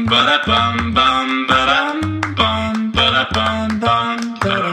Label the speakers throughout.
Speaker 1: ba da bum bum ba dum bum ba da bum bum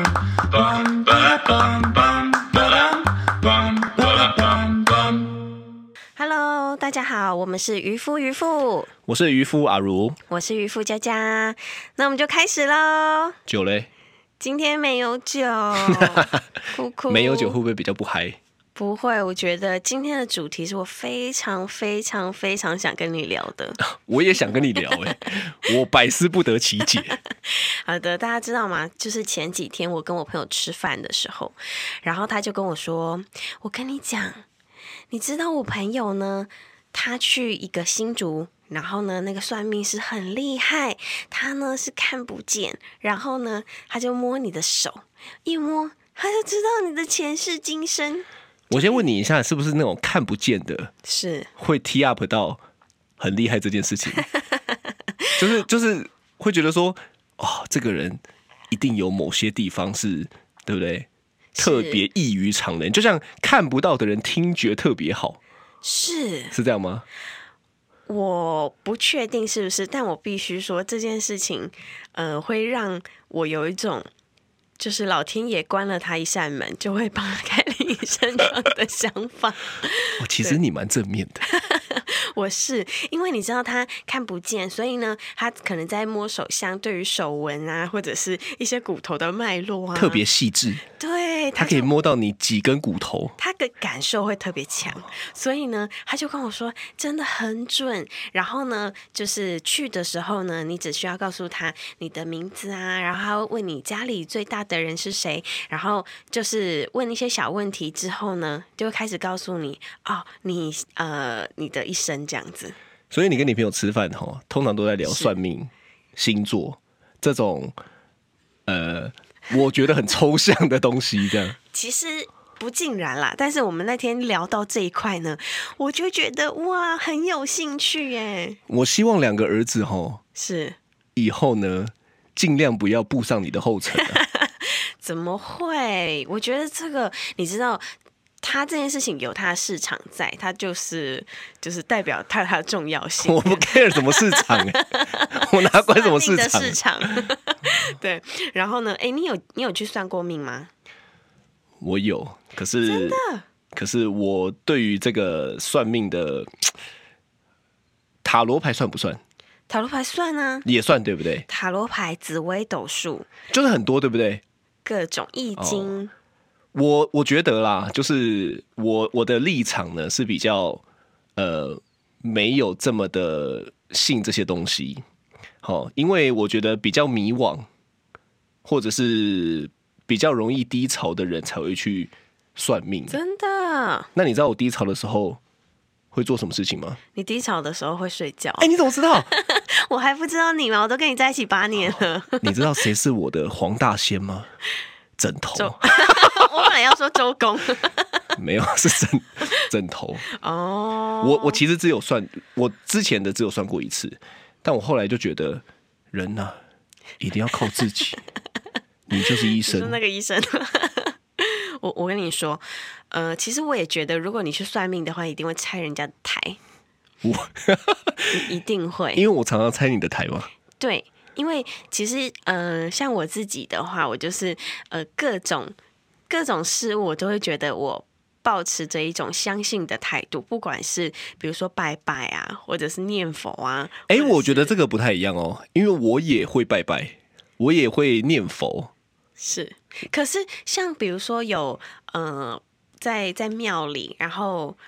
Speaker 1: ba dum bum ba da bum bum ba da bum bum。
Speaker 2: Hello， 大家好，我们是渔夫渔妇，
Speaker 3: 我是渔夫阿如，
Speaker 2: 我是渔夫佳佳，那我们就开始喽。
Speaker 3: 酒嘞？
Speaker 2: 今天没有酒，哭哭。
Speaker 3: 没有酒会不会比较不嗨？
Speaker 2: 不会，我觉得今天的主题是我非常非常非常想跟你聊的。
Speaker 3: 我也想跟你聊我百思不得其解。
Speaker 2: 好的，大家知道吗？就是前几天我跟我朋友吃饭的时候，然后他就跟我说：“我跟你讲，你知道我朋友呢，他去一个新竹。”然后呢，那个算命师很厉害，他呢是看不见，然后呢，他就摸你的手，一摸他就知道你的前世今生。
Speaker 3: 我先问你一下，是不是那种看不见的，
Speaker 2: 是
Speaker 3: 会 tee up 到很厉害这件事情？就是会觉得说，哦，这个人一定有某些地方是，对不对？特别异于常人，就像看不到的人听觉特别好，是这样吗？
Speaker 2: 我不确定是不是，但我必须说这件事情，会让我有一种，就是老天爷关了他一扇门，就会帮他开另一扇窗的想法。
Speaker 3: 其实你蛮正面的。
Speaker 2: 我是因为你知道他看不见，所以呢，他可能在摸手相对于手纹啊，或者是一些骨头的脉络啊，
Speaker 3: 特别细致。
Speaker 2: 对，
Speaker 3: 他可以摸到你几根骨头，
Speaker 2: 他的感受会特别强，所以呢，他就跟我说真的很准。然后呢，就是去的时候呢，你只需要告诉他你的名字啊，然后他会问你家里最大的人是谁，然后就是问一些小问题之后呢，就会开始告诉你哦，你的一生这样子。
Speaker 3: 所以你跟你朋友吃饭通常都在聊算命、星座这种我觉得很抽象的东西，这样。
Speaker 2: 其实不尽然啦，但是我们那天聊到这一块呢，我就觉得哇，很有兴趣耶。
Speaker 3: 我希望两个儿子
Speaker 2: 是
Speaker 3: 以后呢，尽量不要步上你的后尘
Speaker 2: 怎么会？我觉得这个，你知道，他这件事情有他的市场在，他就是代表他的重要性。
Speaker 3: 我不 care 什么市场我哪管什么市场？
Speaker 2: 算命的市场对，然后呢？你有去算过命吗？
Speaker 3: 我有，可是
Speaker 2: 真的，
Speaker 3: 可是我对于这个算命的塔罗牌算不算？
Speaker 2: 塔罗牌算啊，
Speaker 3: 也算，对不对？
Speaker 2: 塔罗牌、紫微斗数，
Speaker 3: 就是很多，对不对？
Speaker 2: 各种易经。
Speaker 3: 我觉得啦，就是我的立场呢是比较没有这么的信这些东西，因为我觉得比较迷惘，或者是比较容易低潮的人才会去算命。
Speaker 2: 真的？
Speaker 3: 那你知道我低潮的时候会做什么事情吗？
Speaker 2: 你低潮的时候会睡觉？
Speaker 3: 你怎么知道？
Speaker 2: 我还不知道你吗？我都跟你在一起8年了。
Speaker 3: 你知道谁是我的黄大仙吗？枕头。
Speaker 2: 我本来要说周公。
Speaker 3: 没有，是枕头。我其实只有算，我之前的只有算过一次，但我后来就觉得人啊，一定要靠自己。你就是医生。
Speaker 2: 你说那个医生。我跟你说，其实我也觉得，如果你去算命的话，一定会拆人家的台。一定会，
Speaker 3: 因为我常常拆你的台嘛。
Speaker 2: 对，因为其实像我自己的话，我就是各种事物，我都会觉得我抱持着一种相信的态度，不管是比如说拜拜啊，或者是念佛啊。
Speaker 3: 我觉得这个不太一样因为我也会拜拜，我也会念佛。
Speaker 2: 是，可是像比如说有在庙里，然后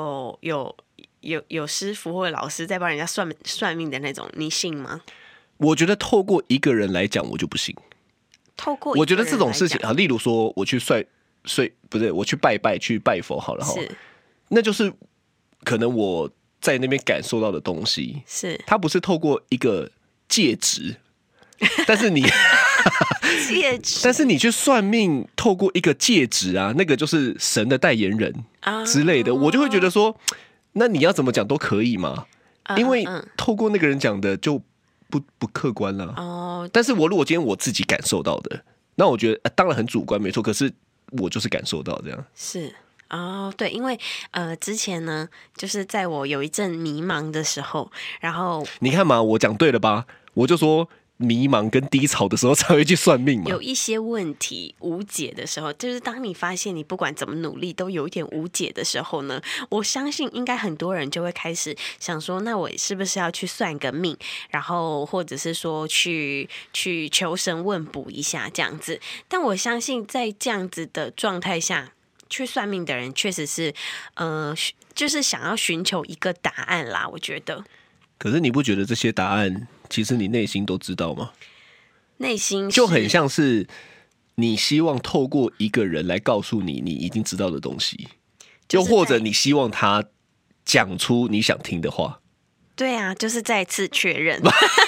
Speaker 2: 有师傅或者老师在帮人家算命的那种，你信吗？
Speaker 3: 我觉得透过一个人来讲，我就不信。
Speaker 2: 透过一个人来讲，
Speaker 3: 我觉得这种事情啊，例如说我去不是我去拜拜去拜佛好了那就是可能我在那边感受到的东西，是它不是透过一个介质，但是你
Speaker 2: 戒指，
Speaker 3: 但是你去算命，透过一个戒指啊，那个就是神的代言人之类的，我就会觉得说，那你要怎么讲都可以嘛，因为透过那个人讲的就不客观了。但是如果今天我自己感受到的，那我觉得当然很主观没错，可是我就是感受到这样。
Speaker 2: 是哦，对，因为之前呢，就是在我有一阵迷茫的时候，然后
Speaker 3: 你看嘛，我讲对了吧？我就说迷茫跟低潮的时候才会去算命嘛。
Speaker 2: 有一些问题无解的时候，就是当你发现你不管怎么努力都有一点无解的时候呢，我相信应该很多人就会开始想说，那我是不是要去算个命，然后或者是说去求神问卜一下这样子。但我相信在这样子的状态下去算命的人，确实是就是想要寻求一个答案啦，我觉得。
Speaker 3: 可是你不觉得这些答案其实你内心都知道吗？
Speaker 2: 内心
Speaker 3: 就很像是你希望透过一个人来告诉你你已经知道的东西，又或者你希望他讲出你想听的话。
Speaker 2: 对啊，就是再次确认。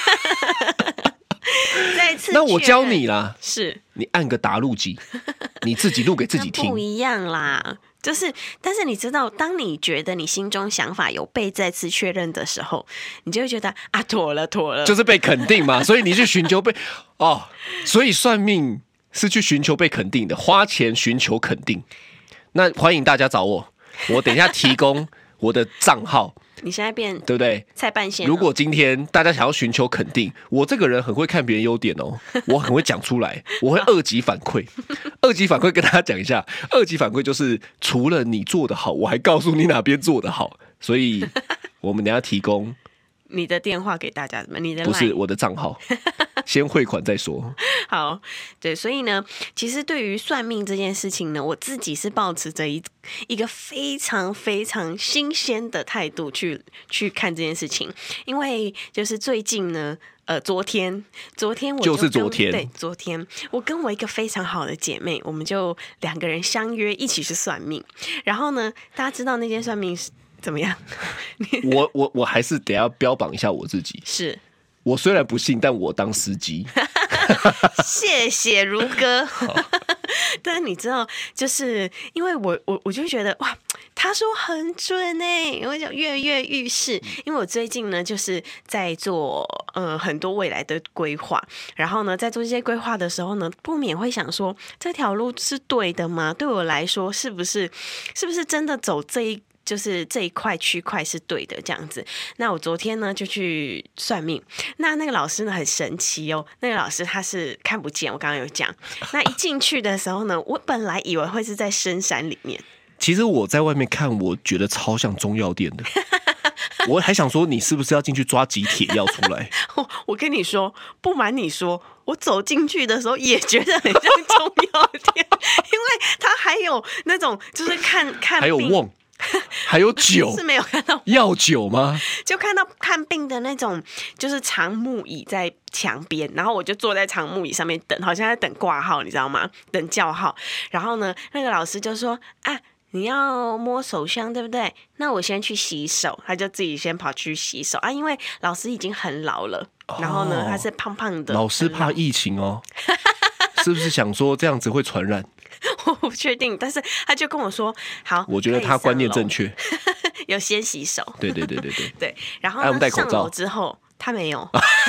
Speaker 2: 再次确认。
Speaker 3: 那我教你啦，
Speaker 2: 是
Speaker 3: 你按个答录机，你自己录给自己听。
Speaker 2: 不一样啦，就是，但是你知道，当你觉得你心中想法有被再次确认的时候，你就会觉得啊，妥了，
Speaker 3: 就是被肯定嘛。所以你去寻求所以算命是去寻求被肯定的，花钱寻求肯定。那欢迎大家找我，我等一下提供我的账号。
Speaker 2: 你现在变
Speaker 3: 对不对？
Speaker 2: 菜半仙。
Speaker 3: 如果今天大家想要寻求肯定，我这个人很会看别人优点哦，我很会讲出来，我会二级反馈。二级反馈跟大家讲一下，二级反馈就是除了你做得好，我还告诉你哪边做得好。所以我们等一下提供
Speaker 2: 你的电话给大家，你的 LINE
Speaker 3: 不是我的账号，先汇款再说。
Speaker 2: 好，对，所以呢，其实对于算命这件事情呢，我自己是抱持着一个非常非常新鲜的态度去看这件事情，因为就是最近呢。昨天我
Speaker 3: 就是昨天，
Speaker 2: 对，昨天我跟我一个非常好的姐妹，我们就2个人相约一起去算命。然后呢，大家知道那间算命是怎么样？
Speaker 3: 我还是得要标榜一下我自己。
Speaker 2: 是
Speaker 3: 我虽然不信，但我当司机。
Speaker 2: 谢谢如哥。但你知道，就是因为我就觉得哇，他说很准哎，我就跃跃欲试。因为我最近呢，就是在做很多未来的规划，然后呢，在做这些规划的时候呢，不免会想说，这条路是对的吗？对我来说，是不是真的走就是这一块区块是对的这样子。那我昨天呢就去算命，那个老师呢很神奇哦，那个老师他是看不见，我刚刚有讲。那一进去的时候呢，我本来以为会是在深山里面，
Speaker 3: 其实我在外面看，我觉得超像中药店的。我还想说，你是不是要进去抓几帖药出来？
Speaker 2: 我跟你说，不瞒你说，我走进去的时候也觉得很像中药店，因为他还有那种就是看病，
Speaker 3: 还有瓮。还有酒
Speaker 2: 是没有看到
Speaker 3: 药酒吗？
Speaker 2: 就看到看病的那种，就是长木椅在墙边，然后我就坐在长木椅上面等，好像在等挂号，你知道吗？等叫号。然后呢，那个老师就说啊，你要摸手相对不对？那我先去洗手，他就自己先跑去洗手啊，因为老师已经很老了，然后呢，他是胖胖的。
Speaker 3: 老师怕疫情哦，是不是想说这样子会传染？
Speaker 2: 我不确定，但是他就跟我说好，
Speaker 3: 我觉得他观念正确，
Speaker 2: 有先洗手。
Speaker 3: 对
Speaker 2: 对，然后呢上楼之后他没有，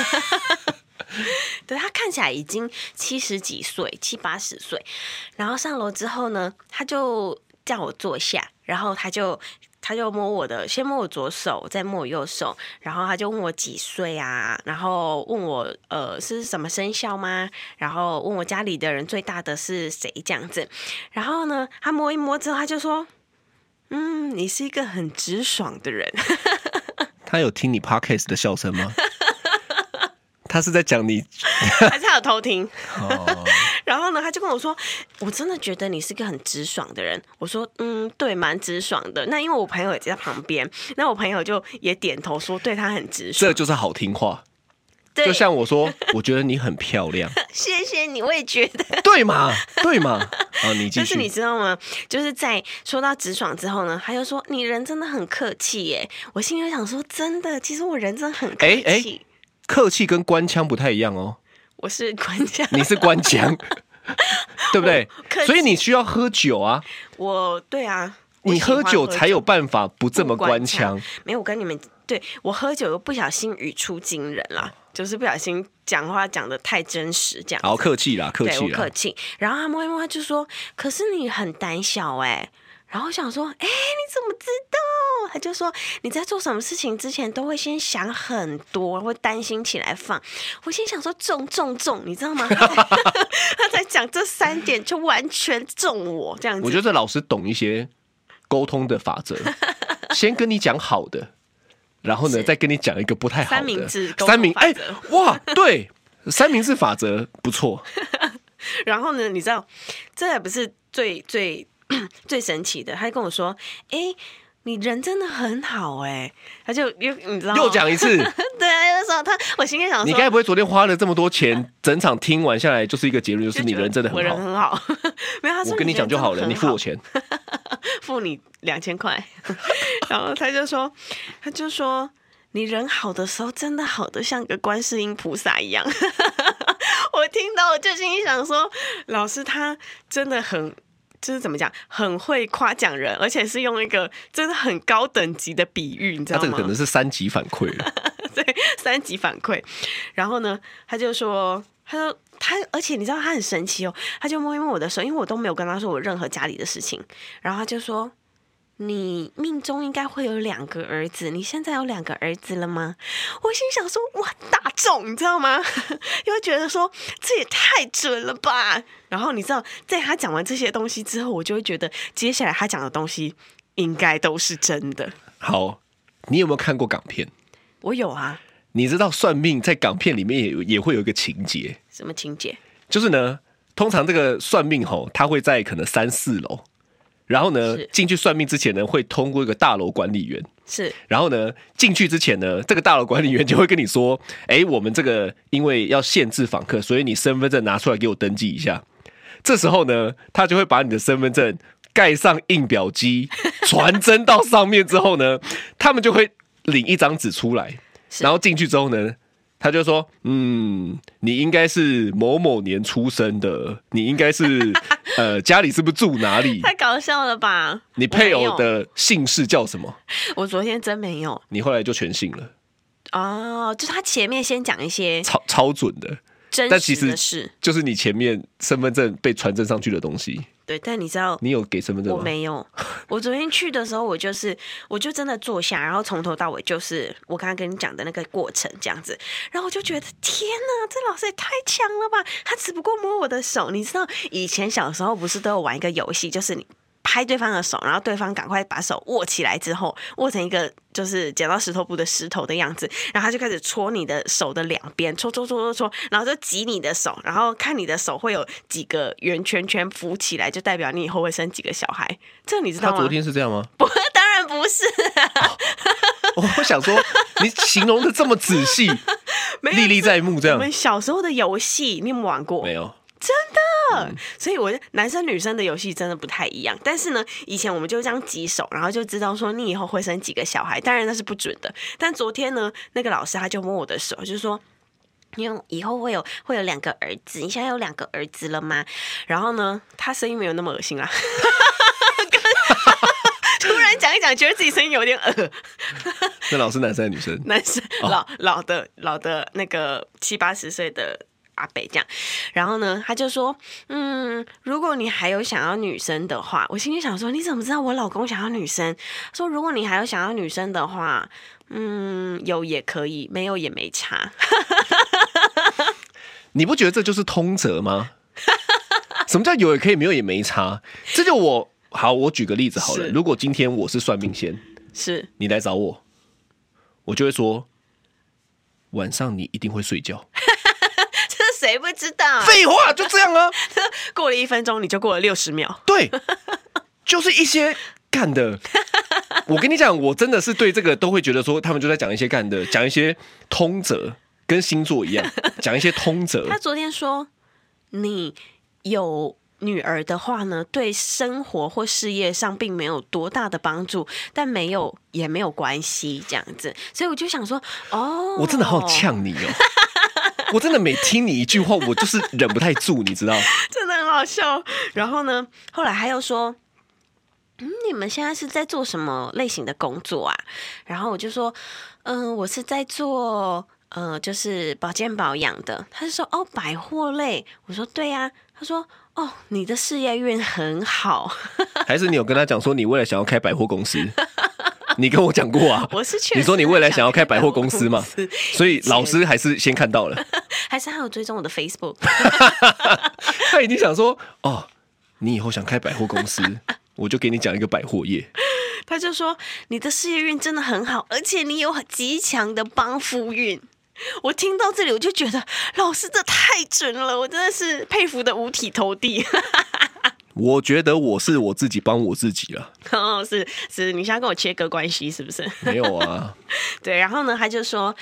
Speaker 2: 对，他看起来已经70几岁，70、80岁。然后上楼之后呢，他就叫我坐下，然后他就摸先摸我左手，再摸我右手，然后他就问我几岁啊，然后问我是什么生肖吗？然后问我家里的人最大的是谁这样子。然后呢，他摸一摸之后，他就说：“你是一个很直爽的人。”
Speaker 3: 他有听你 podcast 的笑声吗？他是在讲你，
Speaker 2: 还是他有偷听？然后呢，他就跟我说：“我真的觉得你是个很直爽的人。”我说：“对，蛮直爽的。”那因为我朋友也在旁边，那我朋友就也点头说：“对他很直爽。”
Speaker 3: 这就是好听话。就像我说，我觉得你很漂亮。
Speaker 2: 谢谢你，我也觉得。
Speaker 3: 对嘛？好，你继续。
Speaker 2: 但是你知道吗？就是在说到直爽之后呢，他就说：“你人真的很客气耶。”我心里想说：“真的，其实我人真的很客气。”
Speaker 3: 客气跟官腔不太一样哦。
Speaker 2: 我是官腔，
Speaker 3: 你是官腔，对不对？所以你需要喝酒啊。
Speaker 2: 对啊，
Speaker 3: 你喝酒才有办法不这么官腔。
Speaker 2: 没有，我跟你们我喝酒又不小心语出惊人啦，就是不小心讲话讲得太真实，这样。
Speaker 3: 好，客气啦，客气啦。
Speaker 2: 对，我客气。然后他摸一摸，他就说：“可是你很胆小哎。” 然后我想说，你怎么知道？他就说你在做什么事情之前都会先想很多，会担心起来放。我心想说中，你知道吗？他在讲这3点就完全中我这样子。
Speaker 3: 我觉得这老师懂一些沟通的法则，先跟你讲好的，然后呢再跟你讲一个不太好的
Speaker 2: 三明治沟通法则。
Speaker 3: 哇，对，三明治法则不错。
Speaker 2: 然后呢，你知道这也不是最神奇的，他就跟我说，你人真的很好他就你知道
Speaker 3: 又讲一次，
Speaker 2: 对啊，又说我心里想说，
Speaker 3: 你该不会昨天花了这么多钱，整场听完下来就是一个结论，就是你人真的很好。
Speaker 2: 我人很好，没有，他说
Speaker 3: 我跟你讲就好了，你付我钱，
Speaker 2: 付你2000块。然后他就说你人好的时候，真的好的像个观世音菩萨一样。我听到我就心里想说，老师他真的很。就是怎么讲，很会夸奖人，而且是用一个真的很高等级的比喻，你知道吗？
Speaker 3: 他这个可能是3级反馈了。
Speaker 2: 对，3级反馈。然后呢，他说，而且你知道他很神奇哦，他就摸一摸我的手，因为我都没有跟他说我任何家里的事情，然后他就说。你命中应该会有2个儿子，你现在有2个儿子了吗？我心想说，哇，大中，你知道吗？因为觉得说这也太准了吧。然后你知道，在他讲完这些东西之后，我就会觉得接下来他讲的东西应该都是真的。
Speaker 3: 好，你有没有看过港片？
Speaker 2: 我有啊。
Speaker 3: 你知道算命在港片里面也会有一个情节，
Speaker 2: 什么情节？
Speaker 3: 就是呢，通常这个算命他会在可能3、4楼。然后呢，进去算命之前呢，会通过一个大楼管理员。
Speaker 2: 是。
Speaker 3: 然后呢，进去之前呢，这个大楼管理员就会跟你说：“我们这个因为要限制访客，所以你身份证拿出来给我登记一下。”这时候呢，他就会把你的身份证盖上印表机，传真到上面之后呢，他们就会领一张纸出来，然后进去之后呢。他就说：“你应该是某某年出生的，你应该是家里是不是住哪里？
Speaker 2: 太搞笑了吧！
Speaker 3: 你配偶的姓氏叫什么？
Speaker 2: 我昨天真没有，
Speaker 3: 你后来就全信了。
Speaker 2: 哦，就是他前面先讲一些
Speaker 3: 超准的，
Speaker 2: 真实的事，
Speaker 3: 就是你前面身份证被传真上去的东西。”
Speaker 2: 对，但你知道
Speaker 3: 你有给身份证吗？
Speaker 2: 我没有。我昨天去的时候，我就真的坐下，然后从头到尾就是我刚刚跟你讲的那个过程这样子。然后我就觉得天哪，这老师也太强了吧！他只不过摸我的手，你知道以前小时候不是都有玩一个游戏，就是你拍对方的手，然后对方赶快把手握起来之后，握成一个就是剪刀石头布的石头的样子，然后他就开始戳你的手的2边，戳，然后就挤你的手，然后看你的手会有几个圆圈圈浮起来，就代表你以后会生几个小孩。这你知道吗？
Speaker 3: 他昨天是这样吗？
Speaker 2: 不，当然不是。
Speaker 3: 我想说，你形容的这么仔细，历历在目，这样。
Speaker 2: 我们小时候的游戏，你有没有玩过？
Speaker 3: 没有。
Speaker 2: 真的，所以男生女生的游戏真的不太一样。但是呢，以前我们就这样挤手，然后就知道说你以后会生几个小孩。当然那是不准的。但昨天呢，那个老师他就摸我的手，就说你以后会有2个儿子，你现在有2个儿子了吗？然后呢，他声音没有那么恶心啦。突然讲一讲，觉得自己声音有点恶。
Speaker 3: 那老师男生还是女生？
Speaker 2: 男生，老的那个70、80岁的阿北这样。然后呢，他就说，如果你还有想要女生的话，我心里想说，你怎么知道我老公想要女生？说如果你还有想要女生的话，有也可以，没有也没差。
Speaker 3: 你不觉得这就是通则吗？什么叫有也可以，没有也没差？这就我举个例子好了。如果今天我是算命仙，
Speaker 2: 是你
Speaker 3: 来找我，我就会说，晚上你一定会睡觉。
Speaker 2: 这谁不知道？
Speaker 3: 废话，就这样啊。
Speaker 2: 过了1分钟，你就过了60秒。
Speaker 3: 对，就是一些干的。我跟你讲，我真的是对这个都会觉得说，他们就在讲一些干的，讲一些通则，跟星座一样，讲一些通则。
Speaker 2: 他昨天说，你有女儿的话呢，对生活或事业上并没有多大的帮助，但没有也没有关系，这样子。所以我就想说，
Speaker 3: 我真的好呛你哦。我真的每听你一句话，我就是忍不太住，你知道？
Speaker 2: 真的很好笑。然后呢，后来他又说，你们现在是在做什么类型的工作啊？然后我就说，我是在做就是保健保养的。他就说，百货类。我说对啊。他说， 哦，你的事业运很好。
Speaker 3: 还是你有跟他讲说你未来想要开百货公司？你跟我讲过啊，
Speaker 2: 我是确实
Speaker 3: 你说你未来想要开百货公司嘛，所以老师还是先看到了，
Speaker 2: 还是他有追踪我的 Facebook。
Speaker 3: 他已经想说，哦，你以后想开百货公司，我就给你讲一个百货业。
Speaker 2: 他就说你的事业运真的很好，而且你有极强的帮夫运。我听到这里，我就觉得老师这太准了，我真的是佩服的五体投地。
Speaker 3: 我觉得我是我自己帮我自己了。
Speaker 2: 哦，是，你想要跟我切割关系是不是？
Speaker 3: 没有啊。
Speaker 2: 对，然后呢，他就说，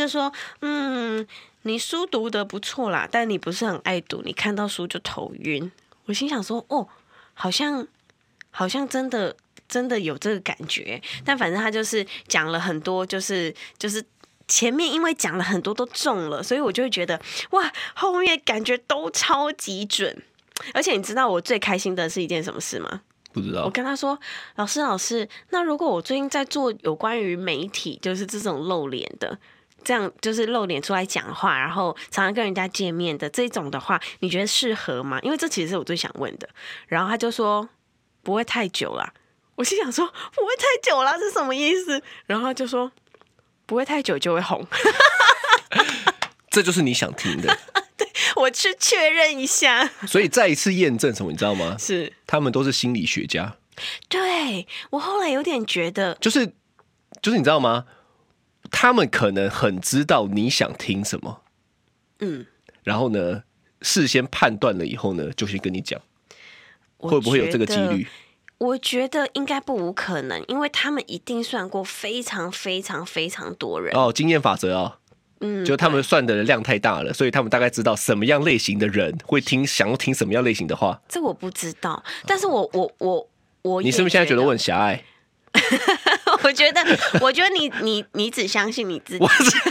Speaker 2: 你书读得不错啦，但你不是很爱读，你看到书就头晕。我心想说，哦，好像真的有这个感觉。但反正他就是讲了很多，就是前面因为讲了很多都中了，所以我就会觉得哇，后面感觉都超级准。而且你知道我最开心的是一件什么事吗？
Speaker 3: 不知道。
Speaker 2: 我跟他说，老师，那如果我最近在做有关于媒体，就是这种露脸的，这样就是露脸出来讲话，然后常常跟人家见面的这种的话，你觉得适合吗？因为这其实是我最想问的。然后他就说不会太久啦。我心想说不会太久啦是什么意思？然后他就说不会太久就会红。
Speaker 3: 这就是你想听的。
Speaker 2: 对，我去确认一下。
Speaker 3: 所以再一次验证什么，你知道吗？
Speaker 2: 是
Speaker 3: 他们都是心理学家。
Speaker 2: 对，我后来有点觉得，
Speaker 3: 就是你知道吗？他们可能很知道你想听什么，然后呢，事先判断了以后呢，就先跟你讲，会不会有这个几率？
Speaker 2: 我觉得应该不无可能，因为他们一定算过非常非常非常多人
Speaker 3: 哦，经验法则啊。就他们算的量太大了，所以他们大概知道什么样类型的人会想要听什么样类型的话。
Speaker 2: 这我不知道，但是我
Speaker 3: 你是不是现在觉得我很狭隘？
Speaker 2: 我觉得你只相信你自己。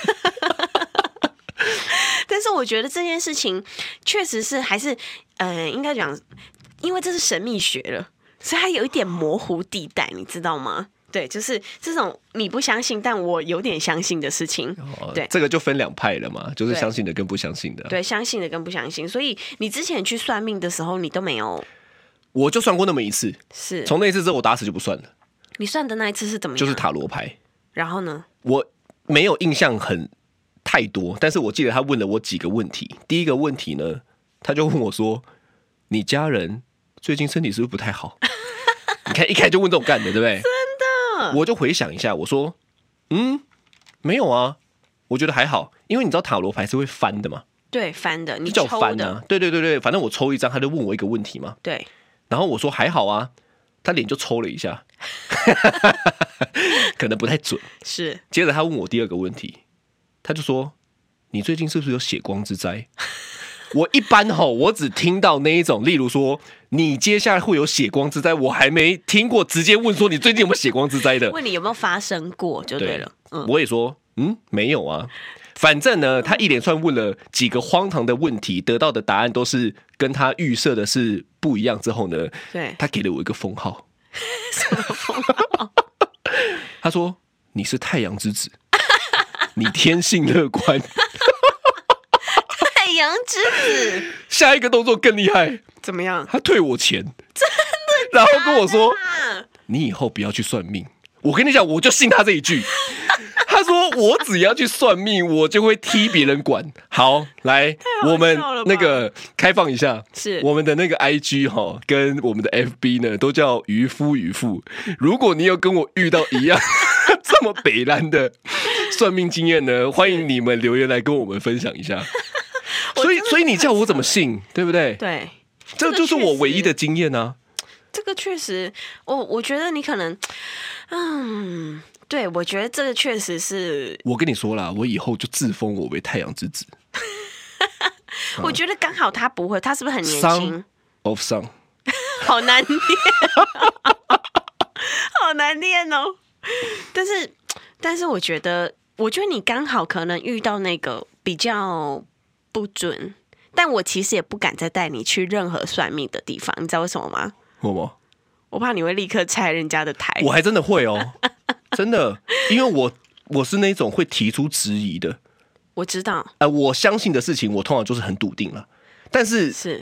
Speaker 2: 但是我觉得这件事情确实是还是应该讲，因为这是神秘学了，所以它有一点模糊地带，你知道吗？对，就是这种你不相信，但我有点相信的事情。对，
Speaker 3: 这个就分两派了嘛，就是相信的跟不相信的。
Speaker 2: 对，相信的跟不相信。所以你之前去算命的时候，你都没有？
Speaker 3: 我就算过那么一次，
Speaker 2: 是
Speaker 3: 从那一次之后，我打死就不算了。
Speaker 2: 你算的那一次是怎么样？
Speaker 3: 就是塔罗牌。
Speaker 2: 然后呢？
Speaker 3: 我没有印象太多，但是我记得他问了我几个问题。第一个问题呢，他就问我说：“你家人最近身体是不是不太好？”你看一开始就问这种干的，对不对？我就回想一下，我说，没有啊，我觉得还好，因为你知道塔罗牌是会翻的嘛，
Speaker 2: 对，翻的，你
Speaker 3: 就叫翻啊，对，反正我抽一张，他就问我一个问题嘛，
Speaker 2: 对，
Speaker 3: 然后我说还好啊，他脸就抽了一下，可能不太准，
Speaker 2: 是，
Speaker 3: 接着他问我第二个问题，他就说，你最近是不是有血光之灾？我一般我只听到那一种，例如说你接下来会有血光之灾，我还没听过直接问说你最近有没有血光之灾的，
Speaker 2: 问你有没有发生过就对了。
Speaker 3: 我也说没有啊。反正呢，他一连串问了几个荒唐的问题，得到的答案都是跟他预设的是不一样。之后呢，
Speaker 2: 对，
Speaker 3: 他给了我一个封号。
Speaker 2: 什么封号？
Speaker 3: 他说你是太阳之子，你天性乐观。
Speaker 2: 太阳之子，
Speaker 3: 下一个动作更厉害，
Speaker 2: 怎么样？
Speaker 3: 他退我钱，
Speaker 2: 真的，
Speaker 3: 然后跟我说，你以后不要去算命。我跟你讲，我就信他这一句。他说我只要去算命，我就会踢别人管。好，来，我们那个开放一下，
Speaker 2: 是
Speaker 3: 我们的那个 IG 跟我们的 FB 呢，都叫渔夫渔妇。如果你有跟我遇到一样这么北蓝的算命经验呢，欢迎你们留言来跟我们分享一下。所以你叫我怎么信，对不对？
Speaker 2: 对，
Speaker 3: 这就是我唯一的经验啊。
Speaker 2: 这个确实，我觉得你可能，对，我觉得这个确实是。我
Speaker 3: 跟你说啦，我以后就自封我为太阳之子。
Speaker 2: 我觉得刚好他不会，他是不是很年轻
Speaker 3: ？Son of Sun，
Speaker 2: 好难念，好难念哦。但是我觉得你刚好可能遇到那个比较不准，但我其实也不敢再带你去任何算命的地方，你知道为什么吗？我怕你会立刻拆人家的台。
Speaker 3: 我还真的会哦，真的，因为我是那种会提出质疑的。
Speaker 2: 我知道，
Speaker 3: 我相信的事情，我通常就是很笃定了。但是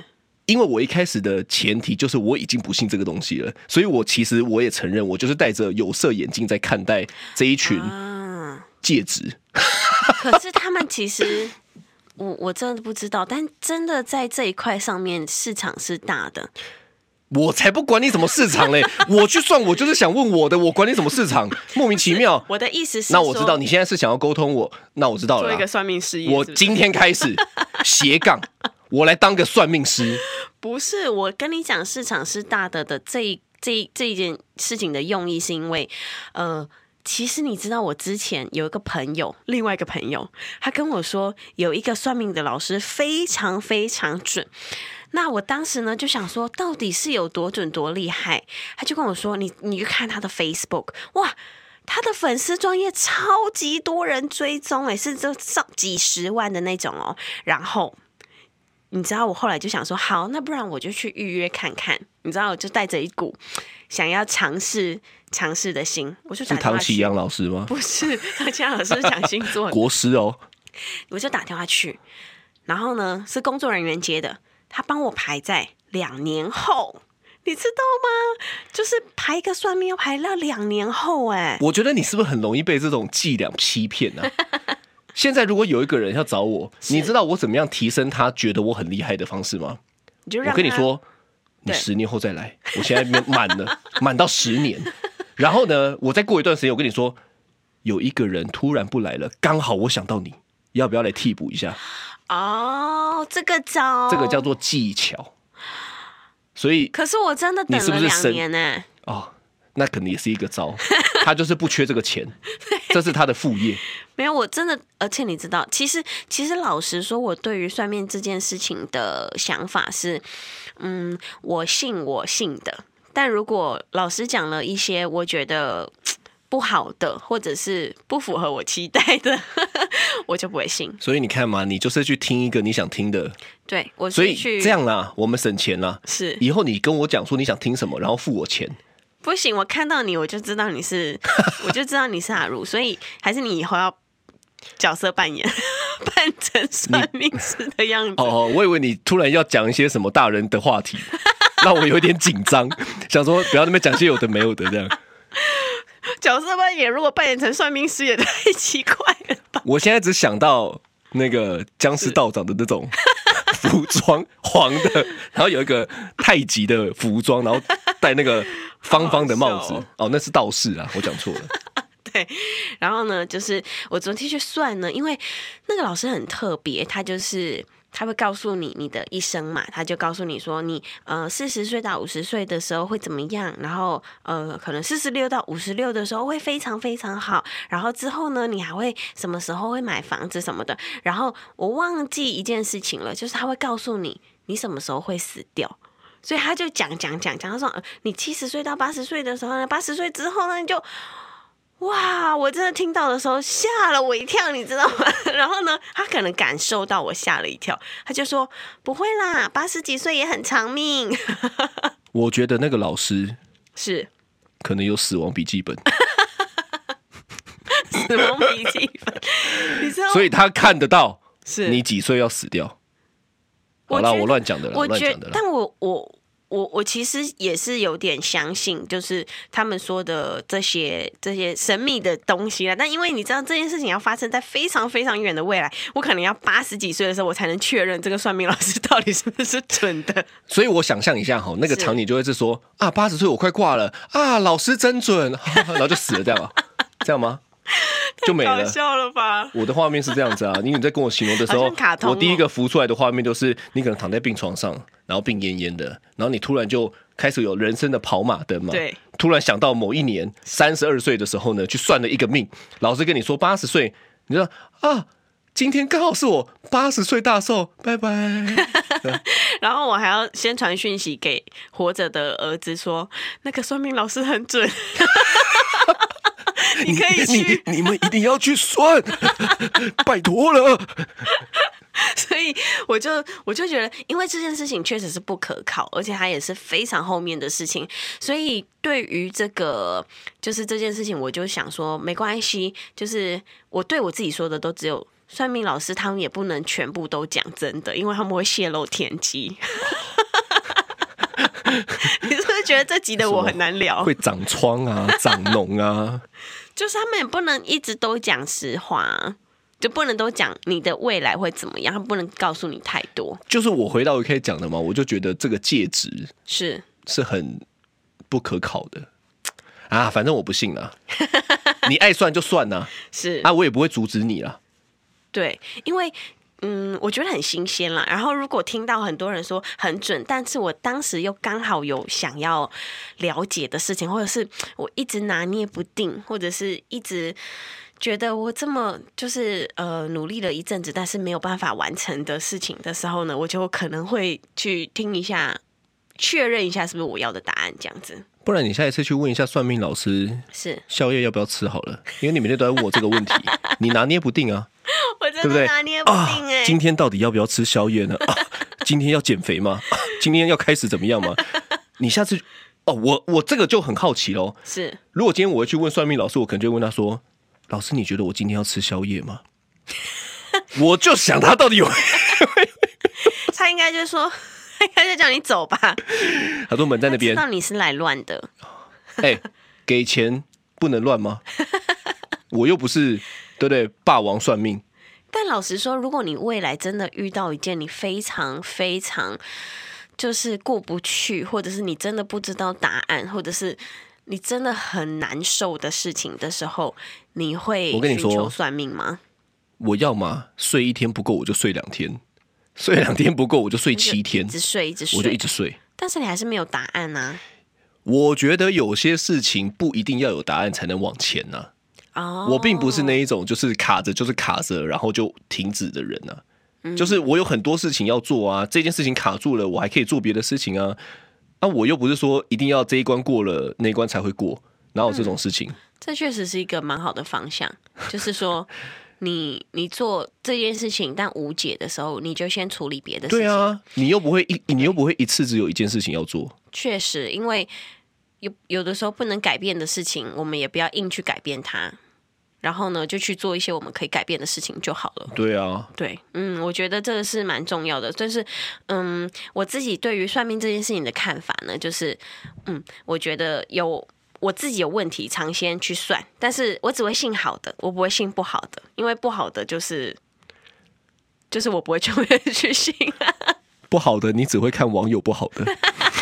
Speaker 3: 因为我一开始的前提就是我已经不信这个东西了，所以其实我也承认，我就是戴着有色眼镜在看待这一群介质。
Speaker 2: 可是他们其实，我真的不知道，但真的在这一块上面市场是大的。
Speaker 3: 我才不管你什么市场嘞！我去算，我就是想问我的，我管你什么市场，莫名其妙。
Speaker 2: 我的意思是，
Speaker 3: 那我知道你现在是想要沟通我，那我知道了啦。
Speaker 2: 做一个算命师，
Speaker 3: 我今天开始斜杠，我来当个算命师。
Speaker 2: 不是，我跟你讲，市场是大的这一件事情的用意，是因为其实你知道，我之前有一个朋友，另外一个朋友，他跟我说，有一个算命的老师非常非常准。那我当时呢就想说，到底是有多准多厉害？他就跟我说，你去看他的 Facebook， 哇，他的粉丝专页超级多人追踪，是这上几十万的那种哦。然后你知道，我后来就想说，好，那不然我就去预约看看。你知道，我就带着一股想要尝试的心，我就打电话去。是
Speaker 3: 唐启阳老师吗？
Speaker 2: 不是，唐启阳老师讲星座
Speaker 3: 国师哦。
Speaker 2: 我就打电话去，然后呢是工作人员接的。他帮我排在2年后，你知道吗？就是排一个算命要排到2年后，
Speaker 3: 我觉得你是不是很容易被这种伎俩欺骗呢？现在如果有一个人要找我，你知道我怎么样提升他觉得我很厉害的方式吗？我跟你说，你10年后再来，我现在满了，满到10年，然后呢，我再过一段时间，我跟你说，有一个人突然不来了，刚好我想到你，要不要来替补一下？
Speaker 2: 哦，这个招，
Speaker 3: 这个叫做技巧。所以，
Speaker 2: 可是我真的等了2年呢。
Speaker 3: 哦，那可能也是一个招，他就是不缺这个钱，这是他的副业。
Speaker 2: 没有，我真的，而且你知道，其实老实说，我对于算命这件事情的想法是，我信的，但如果老师讲了一些我觉得不好的，或者是不符合我期待的，我就不会信。
Speaker 3: 所以你看嘛，你就是去听一个你想听的。
Speaker 2: 对，
Speaker 3: 所以这样啦，我们省钱啦。
Speaker 2: 是，
Speaker 3: 以后你跟我讲说你想听什么，然后付我钱。
Speaker 2: 不行，我看到你我就知道你是，我就知道你是阿如，所以还是你以后要角色扮演，扮成算命师的样子。
Speaker 3: 哦，我以为你突然要讲一些什么大人的话题，让我有点紧张，想说不要那边讲些有的没有的这样。
Speaker 2: 角色扮演如果扮演成算命师也太奇怪了吧？
Speaker 3: 我现在只想到那个僵尸道长的那种服装，黄的，然后有一个太极的服装，然后戴那个方方的帽子。哦，那是道士啊，我讲错了。
Speaker 2: 对，然后呢，就是我昨天去算呢，因为那个老师很特别，他会告诉你的一生嘛，他就告诉你说你40岁到50岁的时候会怎么样，然后可能46到56的时候会非常非常好，然后之后呢你还会什么时候会买房子什么的，然后我忘记一件事情了，就是他会告诉你什么时候会死掉，所以他就讲，他说你70岁到80岁的时候呢，80岁之后呢你就。哇！我真的听到的时候吓了我一跳，你知道吗？然后呢，他可能感受到我吓了一跳，他就说：“不会啦，80几岁也很长命。”
Speaker 3: 我觉得那个老师
Speaker 2: 是
Speaker 3: 可能有死亡笔记本，
Speaker 2: 死亡笔记本，你知道？
Speaker 3: 所以他看得到
Speaker 2: 是
Speaker 3: 你几岁要死掉。好啦，我乱讲的啦，
Speaker 2: 我觉
Speaker 3: 得，
Speaker 2: 但我其实也是有点相信，就是他们说的这些神秘的东西啦。但因为你知道这件事情要发生在非常非常远的未来，我可能要80几岁的时候，我才能确认这个算命老师到底是不是准的。
Speaker 3: 所以我想象一下哈，那个场景就会是说啊，80岁我快挂了啊，老师真准，然后就死了，这样啊？这样吗？就没了，
Speaker 2: 太搞笑了吧？
Speaker 3: 我的画面是这样子啊，因为你在跟我形容的时候，我第一个浮出来的画面就是你可能躺在病床上，然后病恹恹的，然后你突然就开始有人生的跑马灯嘛。
Speaker 2: 对。
Speaker 3: 突然想到某一年32岁的时候呢，去算了一个命，老师跟你说80岁，你说啊，今天刚好是我80岁大寿，拜拜。
Speaker 2: 然后我还要先传讯息给活着的儿子说，那个算命老师很准。你可以去，
Speaker 3: 你们一定要去算，拜托了。
Speaker 2: 所以我就觉得，因为这件事情确实是不可靠，而且它也是非常后面的事情，所以对于这个就是这件事情，我就想说没关系，就是我对我自己说的都只有算命老师，他们也不能全部都讲真的，因为他们会泄露天机。 你是不是觉得这集的我很难聊？
Speaker 3: 会长疮啊，长脓啊，
Speaker 2: 就是他们也不能一直都讲实话，就不能都讲你的未来会怎么样，他不能告诉你太多。
Speaker 3: 就是我回到我可以讲的嘛，我就觉得这个介质是很不可考的啊，反正我不信啦，你爱算就算啦，
Speaker 2: 是
Speaker 3: 啊，我也不会阻止你啦。
Speaker 2: 对，因为我觉得很新鲜啦。然后如果听到很多人说很准，但是我当时又刚好有想要了解的事情，或者是我一直拿捏不定，或者是一直觉得我这么就是努力了一阵子，但是没有办法完成的事情的时候呢，我就可能会去听一下，确认一下是不是我要的答案这样子。
Speaker 3: 不然你下一次去问一下算命老师，
Speaker 2: 是
Speaker 3: 宵夜要不要吃好了，因为你每天都在问我这个问题，你拿捏不定啊，
Speaker 2: 我真
Speaker 3: 对不对？
Speaker 2: 的拿捏不定哎、
Speaker 3: 今天到底要不要吃宵夜呢？今天要减肥吗？今天要开始怎么样吗？你下次我这个就很好奇咯。
Speaker 2: 是，
Speaker 3: 如果今天我会去问算命老师，我可能就会问他说：“老师，你觉得我今天要吃宵夜吗？”我就想他到底有，
Speaker 2: 他应该就说，他就叫你走吧。
Speaker 3: 他说门在那边
Speaker 2: 知，道你是来乱的。
Speaker 3: 给钱不能乱吗？我又不是对不对？霸王算命。
Speaker 2: 但老实说，如果你未来真的遇到一件你非常非常就是过不去，或者是你真的不知道答案，或者是你真的很难受的事情的时候，你会
Speaker 3: 我跟你说
Speaker 2: 寻求算命吗？
Speaker 3: 我要嘛睡一天不够我就睡2天，睡2天不够我就睡7天，
Speaker 2: 一直睡一直睡，
Speaker 3: 我就一直睡。
Speaker 2: 但是你还是没有答案啊。
Speaker 3: 我觉得有些事情不一定要有答案才能往前啊。我并不是那一种就是卡着就是卡着然后就停止的人啊。就是我有很多事情要做啊，这件事情卡住了，我还可以做别的事情啊。我又不是说一定要这一关过了那一关才会过，哪有这种事情？
Speaker 2: 这确实是一个蛮好的方向，就是说你做这件事情但无解的时候，你就先处理别的事情。
Speaker 3: 对啊，你又不会一次只有一件事情要做。
Speaker 2: 确实，因为有的时候不能改变的事情，我们也不要硬去改变它。然后呢，就去做一些我们可以改变的事情就好了。
Speaker 3: 对啊，
Speaker 2: 对，我觉得这个是蛮重要的。但是，我自己对于算命这件事情的看法呢，就是，我觉得我自己有问题，常先去算，但是我只会信好的，我不会信不好的，因为不好的就是我不会全面去信、
Speaker 3: 不好的你只会看网友不好的。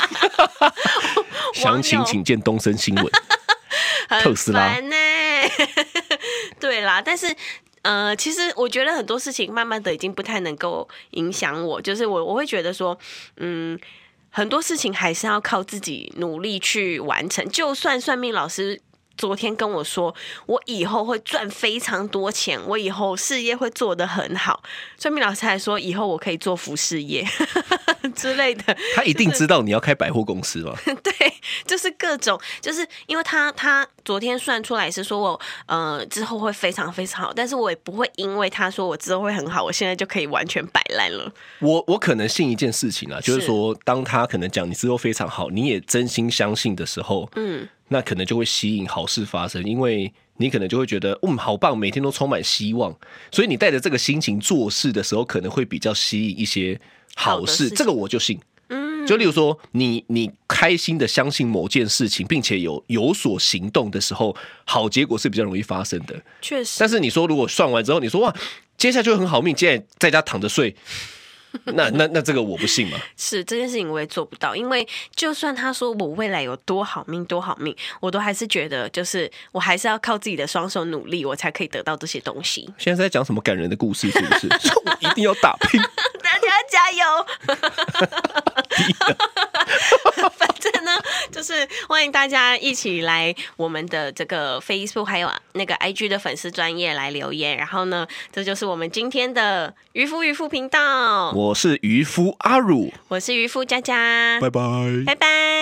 Speaker 3: 详情请见东森新闻。特斯拉
Speaker 2: 很烦对啦，但是其实我觉得很多事情慢慢的已经不太能够影响我，就是我会觉得说，很多事情还是要靠自己努力去完成。就算算命老师昨天跟我说，我以后会赚非常多钱，我以后事业会做得很好，算命老师还说以后我可以做服饰业之类的。
Speaker 3: 他一定知道你要开百货公司吗？
Speaker 2: 对，就是各种，就是因为他昨天算出来是说我之后会非常非常好，但是我也不会因为他说我之后会很好，我现在就可以完全摆烂了。
Speaker 3: 我可能信一件事情啊，就是说当他可能讲你之后非常好，你也真心相信的时候，那可能就会吸引好事发生，因为你可能就会觉得好棒，每天都充满希望，所以你带着这个心情做事的时候，可能会比较吸引一些好事，这个我就信。就例如说你开心的相信某件事情，并且有所行动的时候，好结果是比较容易发生的。
Speaker 2: 确实，
Speaker 3: 但是你说如果算完之后，你说哇，接下来就会很好命，接下来在家躺着睡，那这个我不信嘛。
Speaker 2: 是这件事情我也做不到，因为就算他说我未来有多好命多好命，我都还是觉得就是我还是要靠自己的双手努力，我才可以得到这些东西。
Speaker 3: 现在在讲什么感人的故事是不是？说我一定要打拼，
Speaker 2: 大家加油！反正呢，就是欢迎大家一起来我们的这个 Facebook 还有那个 IG 的粉丝专页来留言。然后呢，这就是我们今天的渔夫频道。
Speaker 3: 我是渔夫阿汝，
Speaker 2: 我是渔夫佳佳，
Speaker 3: 拜拜，
Speaker 2: 拜拜。